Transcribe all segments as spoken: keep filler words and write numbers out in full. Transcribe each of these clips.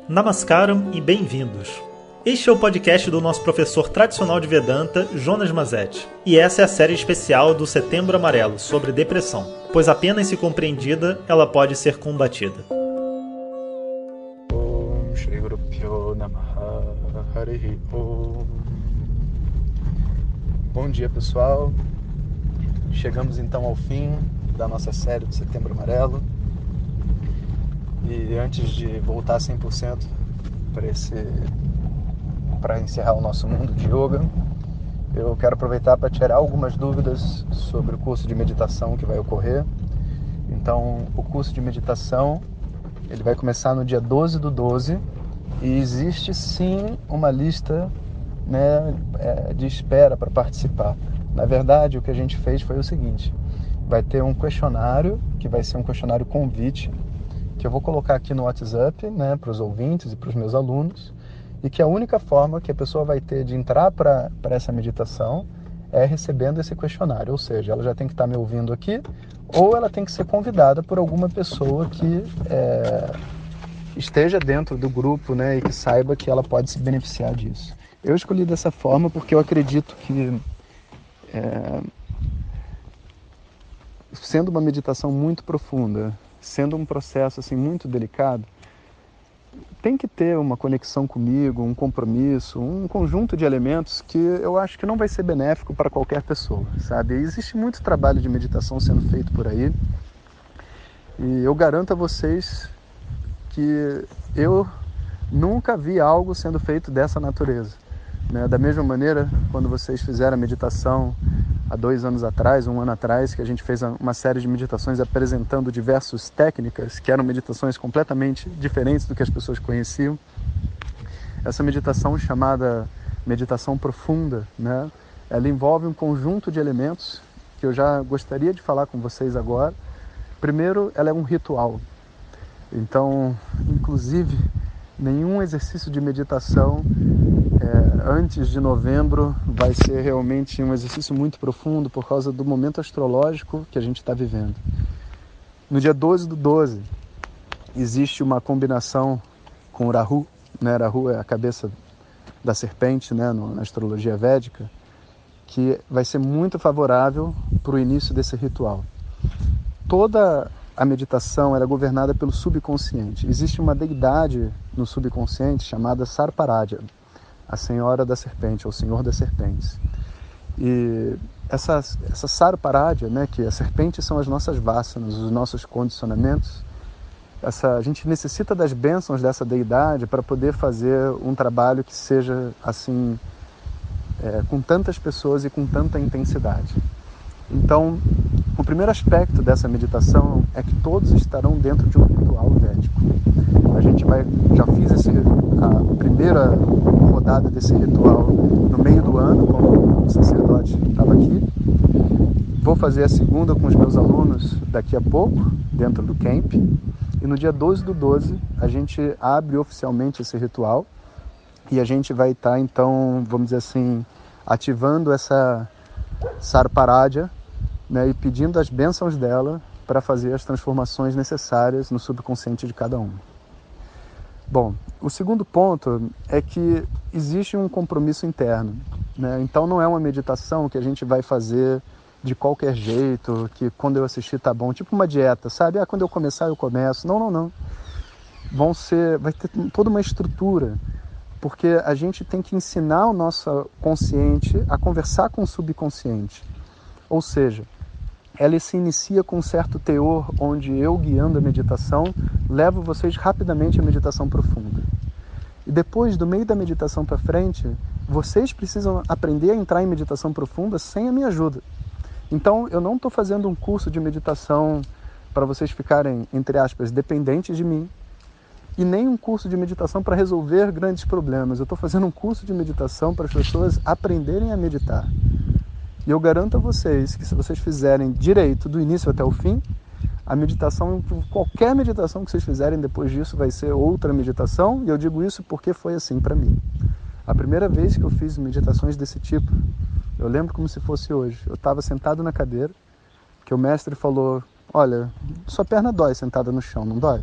Namaskaram e bem-vindos. Este é o podcast do nosso professor tradicional de Vedanta, Jonas Mazetti. E essa é a série especial do Setembro Amarelo, sobre depressão, pois apenas se compreendida, ela pode ser combatida. Om Shri Guru Pyo Namaha Harihi Om. Bom dia, pessoal. Chegamos então ao fim da nossa série do Setembro Amarelo. E antes de voltar cem por cento para esse para encerrar o nosso mundo de yoga, eu quero aproveitar para tirar algumas dúvidas sobre o curso de meditação que vai ocorrer. Então, o curso de meditação, ele vai começar no dia doze do doze e existe sim uma lista, né, de espera para participar. Na verdade, o que a gente fez foi o seguinte: vai ter um questionário, que vai ser um questionário convite, que eu vou colocar aqui no WhatsApp, né, para os ouvintes e para os meus alunos, e que a única forma que a pessoa vai ter de entrar para essa meditação é recebendo esse questionário, ou seja, ela já tem que estar me ouvindo aqui, ou ela tem que ser convidada por alguma pessoa que é, esteja dentro do grupo, né, e que saiba que ela pode se beneficiar disso. Eu escolhi dessa forma porque eu acredito que, é, sendo uma meditação muito profunda, sendo um processo assim muito delicado, tem que ter uma conexão comigo, um compromisso, um conjunto de elementos que eu acho que não vai ser benéfico para qualquer pessoa, sabe? Existe muito trabalho de meditação sendo feito por aí, e eu garanto a vocês que eu nunca vi algo sendo feito dessa natureza, né? Da mesma maneira, quando vocês fizeram a meditação há dois anos atrás, um ano atrás, que a gente fez uma série de meditações apresentando diversas técnicas, que eram meditações completamente diferentes do que as pessoas conheciam. Essa meditação, chamada meditação profunda, né, ela envolve um conjunto de elementos que eu já gostaria de falar com vocês agora. Primeiro, ela é um ritual. Então, inclusive, nenhum exercício de meditação É, antes de novembro vai ser realmente um exercício muito profundo por causa do momento astrológico que a gente está vivendo. No dia doze do doze existe uma combinação com o Rahu, né? Rahu é a cabeça da serpente, né? No, na astrologia védica, que vai ser muito favorável para o início desse ritual. Toda a meditação ela é governada pelo subconsciente. Existe uma deidade no subconsciente chamada Sarparadya, a Senhora da Serpente, ou Senhor das Serpentes. E essa, essa Sarparadya, né, que as serpentes são as nossas vássanas, os nossos condicionamentos, essa, a gente necessita das bênçãos dessa deidade para poder fazer um trabalho que seja assim, é, com tantas pessoas e com tanta intensidade. Então, o primeiro aspecto dessa meditação é que todos estarão dentro de um ritual védico. A gente vai, já fiz esse, a primeira rodada desse ritual no meio do ano, quando o sacerdote estava aqui. Vou fazer a segunda com os meus alunos daqui a pouco, dentro do camp. E no dia doze do doze, a gente abre oficialmente esse ritual. E a gente vai estar, então, vamos dizer assim, ativando essa Sarparadya, né, e pedindo as bênçãos dela para fazer as transformações necessárias no subconsciente de cada um. Bom, o segundo ponto é que existe um compromisso interno, né? Então não é uma meditação que a gente vai fazer de qualquer jeito, que quando eu assistir tá bom, tipo uma dieta, sabe? Ah, quando eu começar eu começo. Não, não, não. Vão ser, vai ter toda uma estrutura, porque a gente tem que ensinar o nosso consciente a conversar com o subconsciente. Ou seja, ela se inicia com um certo teor, onde eu, guiando a meditação, levo vocês rapidamente à meditação profunda. E depois, do meio da meditação para frente, vocês precisam aprender a entrar em meditação profunda sem a minha ajuda. Então, eu não estou fazendo um curso de meditação para vocês ficarem, entre aspas, dependentes de mim, e nem um curso de meditação para resolver grandes problemas. Eu estou fazendo um curso de meditação para as pessoas aprenderem a meditar. E eu garanto a vocês que se vocês fizerem direito do início até o fim, a meditação, qualquer meditação que vocês fizerem depois disso vai ser outra meditação, e eu digo isso porque foi assim para mim. A primeira vez que eu fiz meditações desse tipo, eu lembro como se fosse hoje. Eu estava sentado na cadeira, que o mestre falou: olha, sua perna dói sentada no chão, não dói?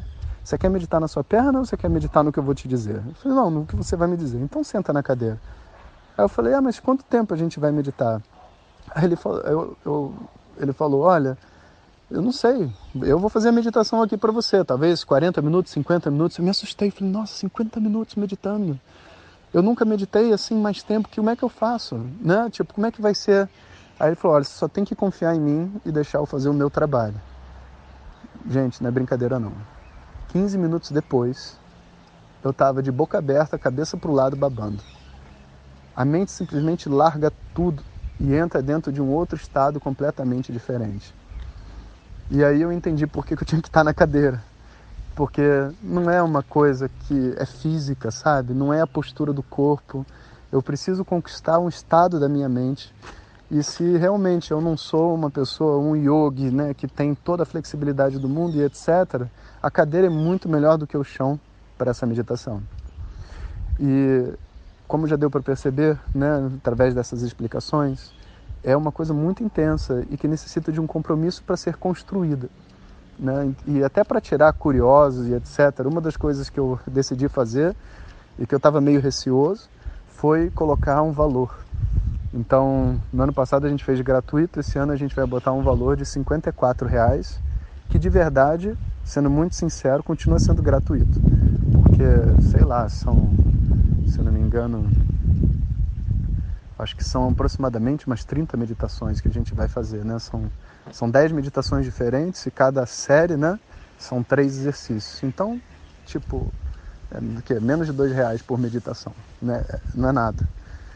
você quer meditar na sua perna ou você quer meditar no que eu vou te dizer? Eu falei, não, no que você vai me dizer. Então senta na cadeira. Aí eu falei, ah, mas quanto tempo a gente vai meditar? Aí ele falou, eu, eu, ele falou, olha, eu não sei, eu vou fazer a meditação aqui para você, talvez quarenta minutos, cinquenta minutos. Eu me assustei, falei, nossa, cinquenta minutos meditando. Eu nunca meditei assim mais tempo, que como é que eu faço? Né? Tipo, como é que vai ser? Aí ele falou, olha, você só tem que confiar em mim e deixar eu fazer o meu trabalho. Gente, não é brincadeira não. quinze minutos depois, eu estava de boca aberta, cabeça para o lado, babando. A mente simplesmente larga tudo e entra dentro de um outro estado completamente diferente. E aí eu entendi por que eu tinha que estar na cadeira. Porque não é uma coisa que é física, sabe? Não é a postura do corpo. Eu preciso conquistar um estado da minha mente. E se realmente eu não sou uma pessoa, um yogi, né, que tem toda a flexibilidade do mundo e etcétera, a cadeira é muito melhor do que o chão para essa meditação. E como já deu para perceber, né, através dessas explicações, é uma coisa muito intensa e que necessita de um compromisso para ser construída. Né? E até para tirar curiosos e etcétera, uma das coisas que eu decidi fazer e que eu estava meio receoso foi colocar um valor. Então, no ano passado a gente fez gratuito, esse ano a gente vai botar um valor de cinquenta e quatro reais, que de verdade, sendo muito sincero, continua sendo gratuito. Porque, sei lá, são, se eu não me engano, acho que são aproximadamente umas trinta meditações que a gente vai fazer, né? São, são dez meditações diferentes e cada série, né, são três exercícios. Então, tipo, é, que, menos de dois reais por meditação, né? Não é nada.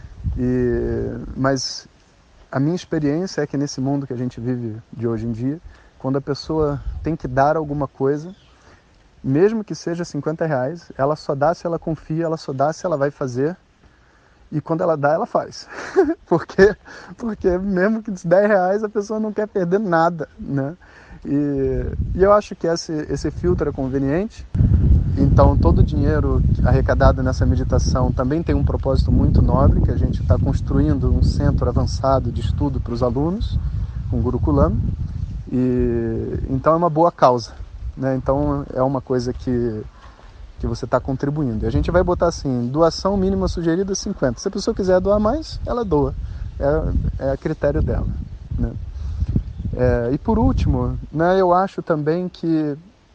E, mas a minha experiência é que nesse mundo que a gente vive de hoje em dia, quando a pessoa tem que dar alguma coisa, mesmo que seja cinquenta reais, ela só dá se ela confia, ela só dá se ela vai fazer. E quando ela dá, ela faz. Porque, porque mesmo que dez reais, a pessoa não quer perder nada, né? E, e eu acho que esse, esse filtro é conveniente. Então, todo o dinheiro arrecadado nessa meditação também tem um propósito muito nobre, que a gente está construindo um centro avançado de estudo para os alunos, com o Gurukulam. E, então, é uma boa causa, né? Então, é uma coisa que... que você está contribuindo. E a gente vai botar assim, doação mínima sugerida cinquenta. Se a pessoa quiser doar mais, ela doa. É, é a critério dela, né? É, e por último, né, eu acho também que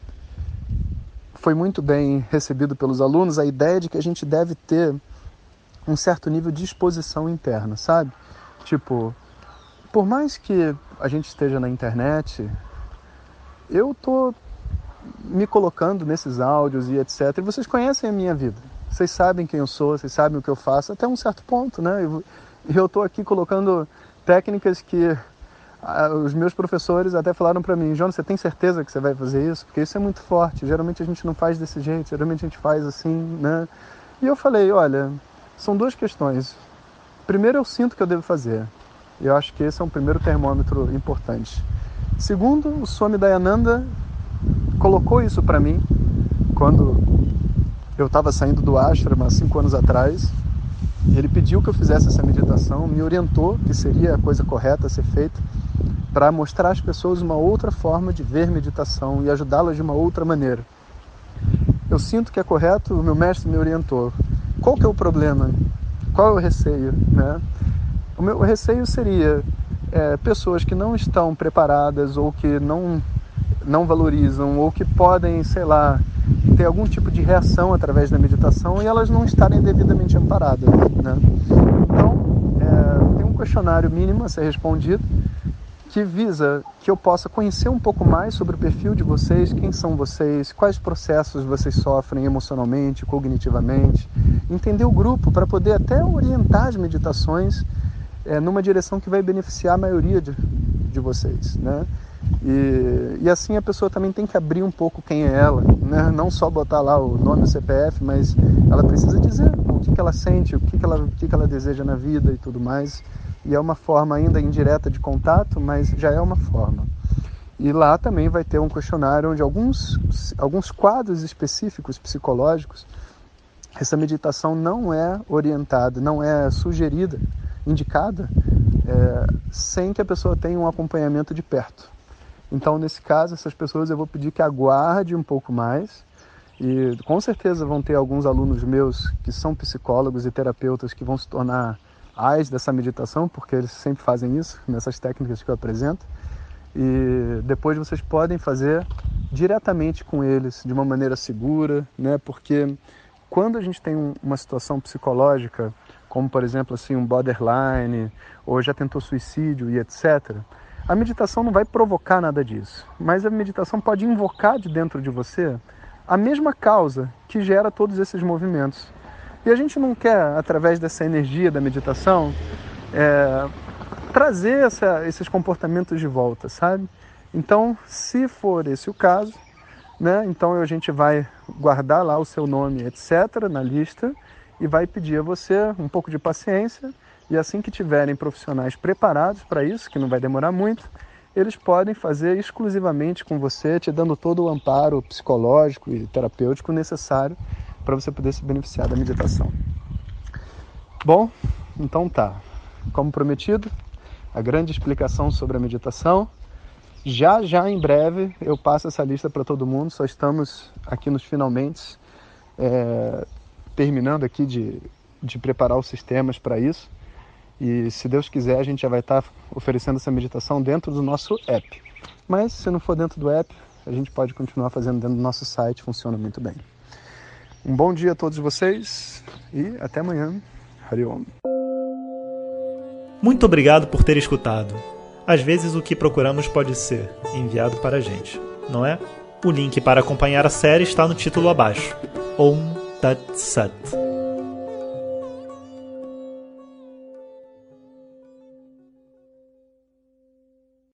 foi muito bem recebido pelos alunos a ideia de que a gente deve ter um certo nível de exposição interna, sabe? Tipo, por mais que a gente esteja na internet, eu tô me colocando nesses áudios e etcétera. E vocês conhecem a minha vida. Vocês sabem quem eu sou, vocês sabem o que eu faço, até um certo ponto, né? E eu estou aqui colocando técnicas que ah, os meus professores até falaram para mim, Jonas, você tem certeza que você vai fazer isso? Porque isso é muito forte. Geralmente a gente não faz desse jeito, geralmente a gente faz assim, né? E eu falei, olha, são duas questões. Primeiro, eu sinto que eu devo fazer. E eu acho que esse é um primeiro termômetro importante. Segundo, o Swami Dayananda colocou isso para mim quando eu estava saindo do ashrama há cinco anos atrás. Ele pediu que eu fizesse essa meditação, me orientou que seria a coisa correta a ser feita para mostrar às pessoas uma outra forma de ver meditação e ajudá-las de uma outra maneira. Eu sinto que é correto, o meu mestre me orientou. Qual que é o problema? Qual é o receio, né? O meu receio seria é, pessoas que não estão preparadas ou que não não valorizam ou que podem, sei lá, ter algum tipo de reação através da meditação e elas não estarem devidamente amparadas, né? Então, é, tem um questionário mínimo a ser respondido que visa que eu possa conhecer um pouco mais sobre o perfil de vocês, quem são vocês, quais processos vocês sofrem emocionalmente, cognitivamente, entender o grupo para poder até orientar as meditações é, numa direção que vai beneficiar a maioria de, de vocês, né? E, e assim a pessoa também tem que abrir um pouco quem é ela, né? Não só botar lá o nome, o C P F, mas ela precisa dizer o que, que ela sente, o que, que, ela, o que, que ela deseja na vida e tudo mais. E é uma forma ainda indireta de contato, mas já é uma forma. E lá também vai ter um questionário onde alguns, alguns quadros específicos psicológicos, essa meditação não é orientada, não é sugerida, indicada, é, sem que a pessoa tenha um acompanhamento de perto. Então, nesse caso, essas pessoas eu vou pedir que aguarde um pouco mais, E com certeza vão ter alguns alunos meus que são psicólogos e terapeutas que vão se tornar ais dessa meditação, porque eles sempre fazem isso, nessas técnicas que eu apresento. E depois vocês podem fazer diretamente com eles, de uma maneira segura, né? Porque quando a gente tem um, uma situação psicológica, como por exemplo assim, um borderline, ou já tentou suicídio e etcétera, a meditação não vai provocar nada disso, mas a meditação pode invocar de dentro de você a mesma causa que gera todos esses movimentos. E a gente não quer, através dessa energia da meditação, é, trazer essa, esses comportamentos de volta, sabe? Então, se for esse o caso, né, então a gente vai guardar lá o seu nome, etcétera, na lista, e vai pedir a você um pouco de paciência, e assim que tiverem profissionais preparados para isso, que não vai demorar muito, eles podem fazer exclusivamente com você, te dando todo o amparo psicológico e terapêutico necessário para você poder se beneficiar da meditação. Bom, então tá. Como prometido, a grande explicação sobre a meditação. Já, já em breve eu passo essa lista para todo mundo, só estamos aqui nos finalmente, é, terminando aqui de, de preparar os sistemas para isso. E se Deus quiser, a gente já vai estar oferecendo essa meditação dentro do nosso app. Mas se não for dentro do app, a gente pode continuar fazendo dentro do nosso site, funciona muito bem. Um bom dia a todos vocês e até amanhã. Hari Om. Muito obrigado por ter escutado. Às vezes o que procuramos pode ser enviado para a gente, não é? O link para acompanhar a série está no título abaixo. Om Tat Sat.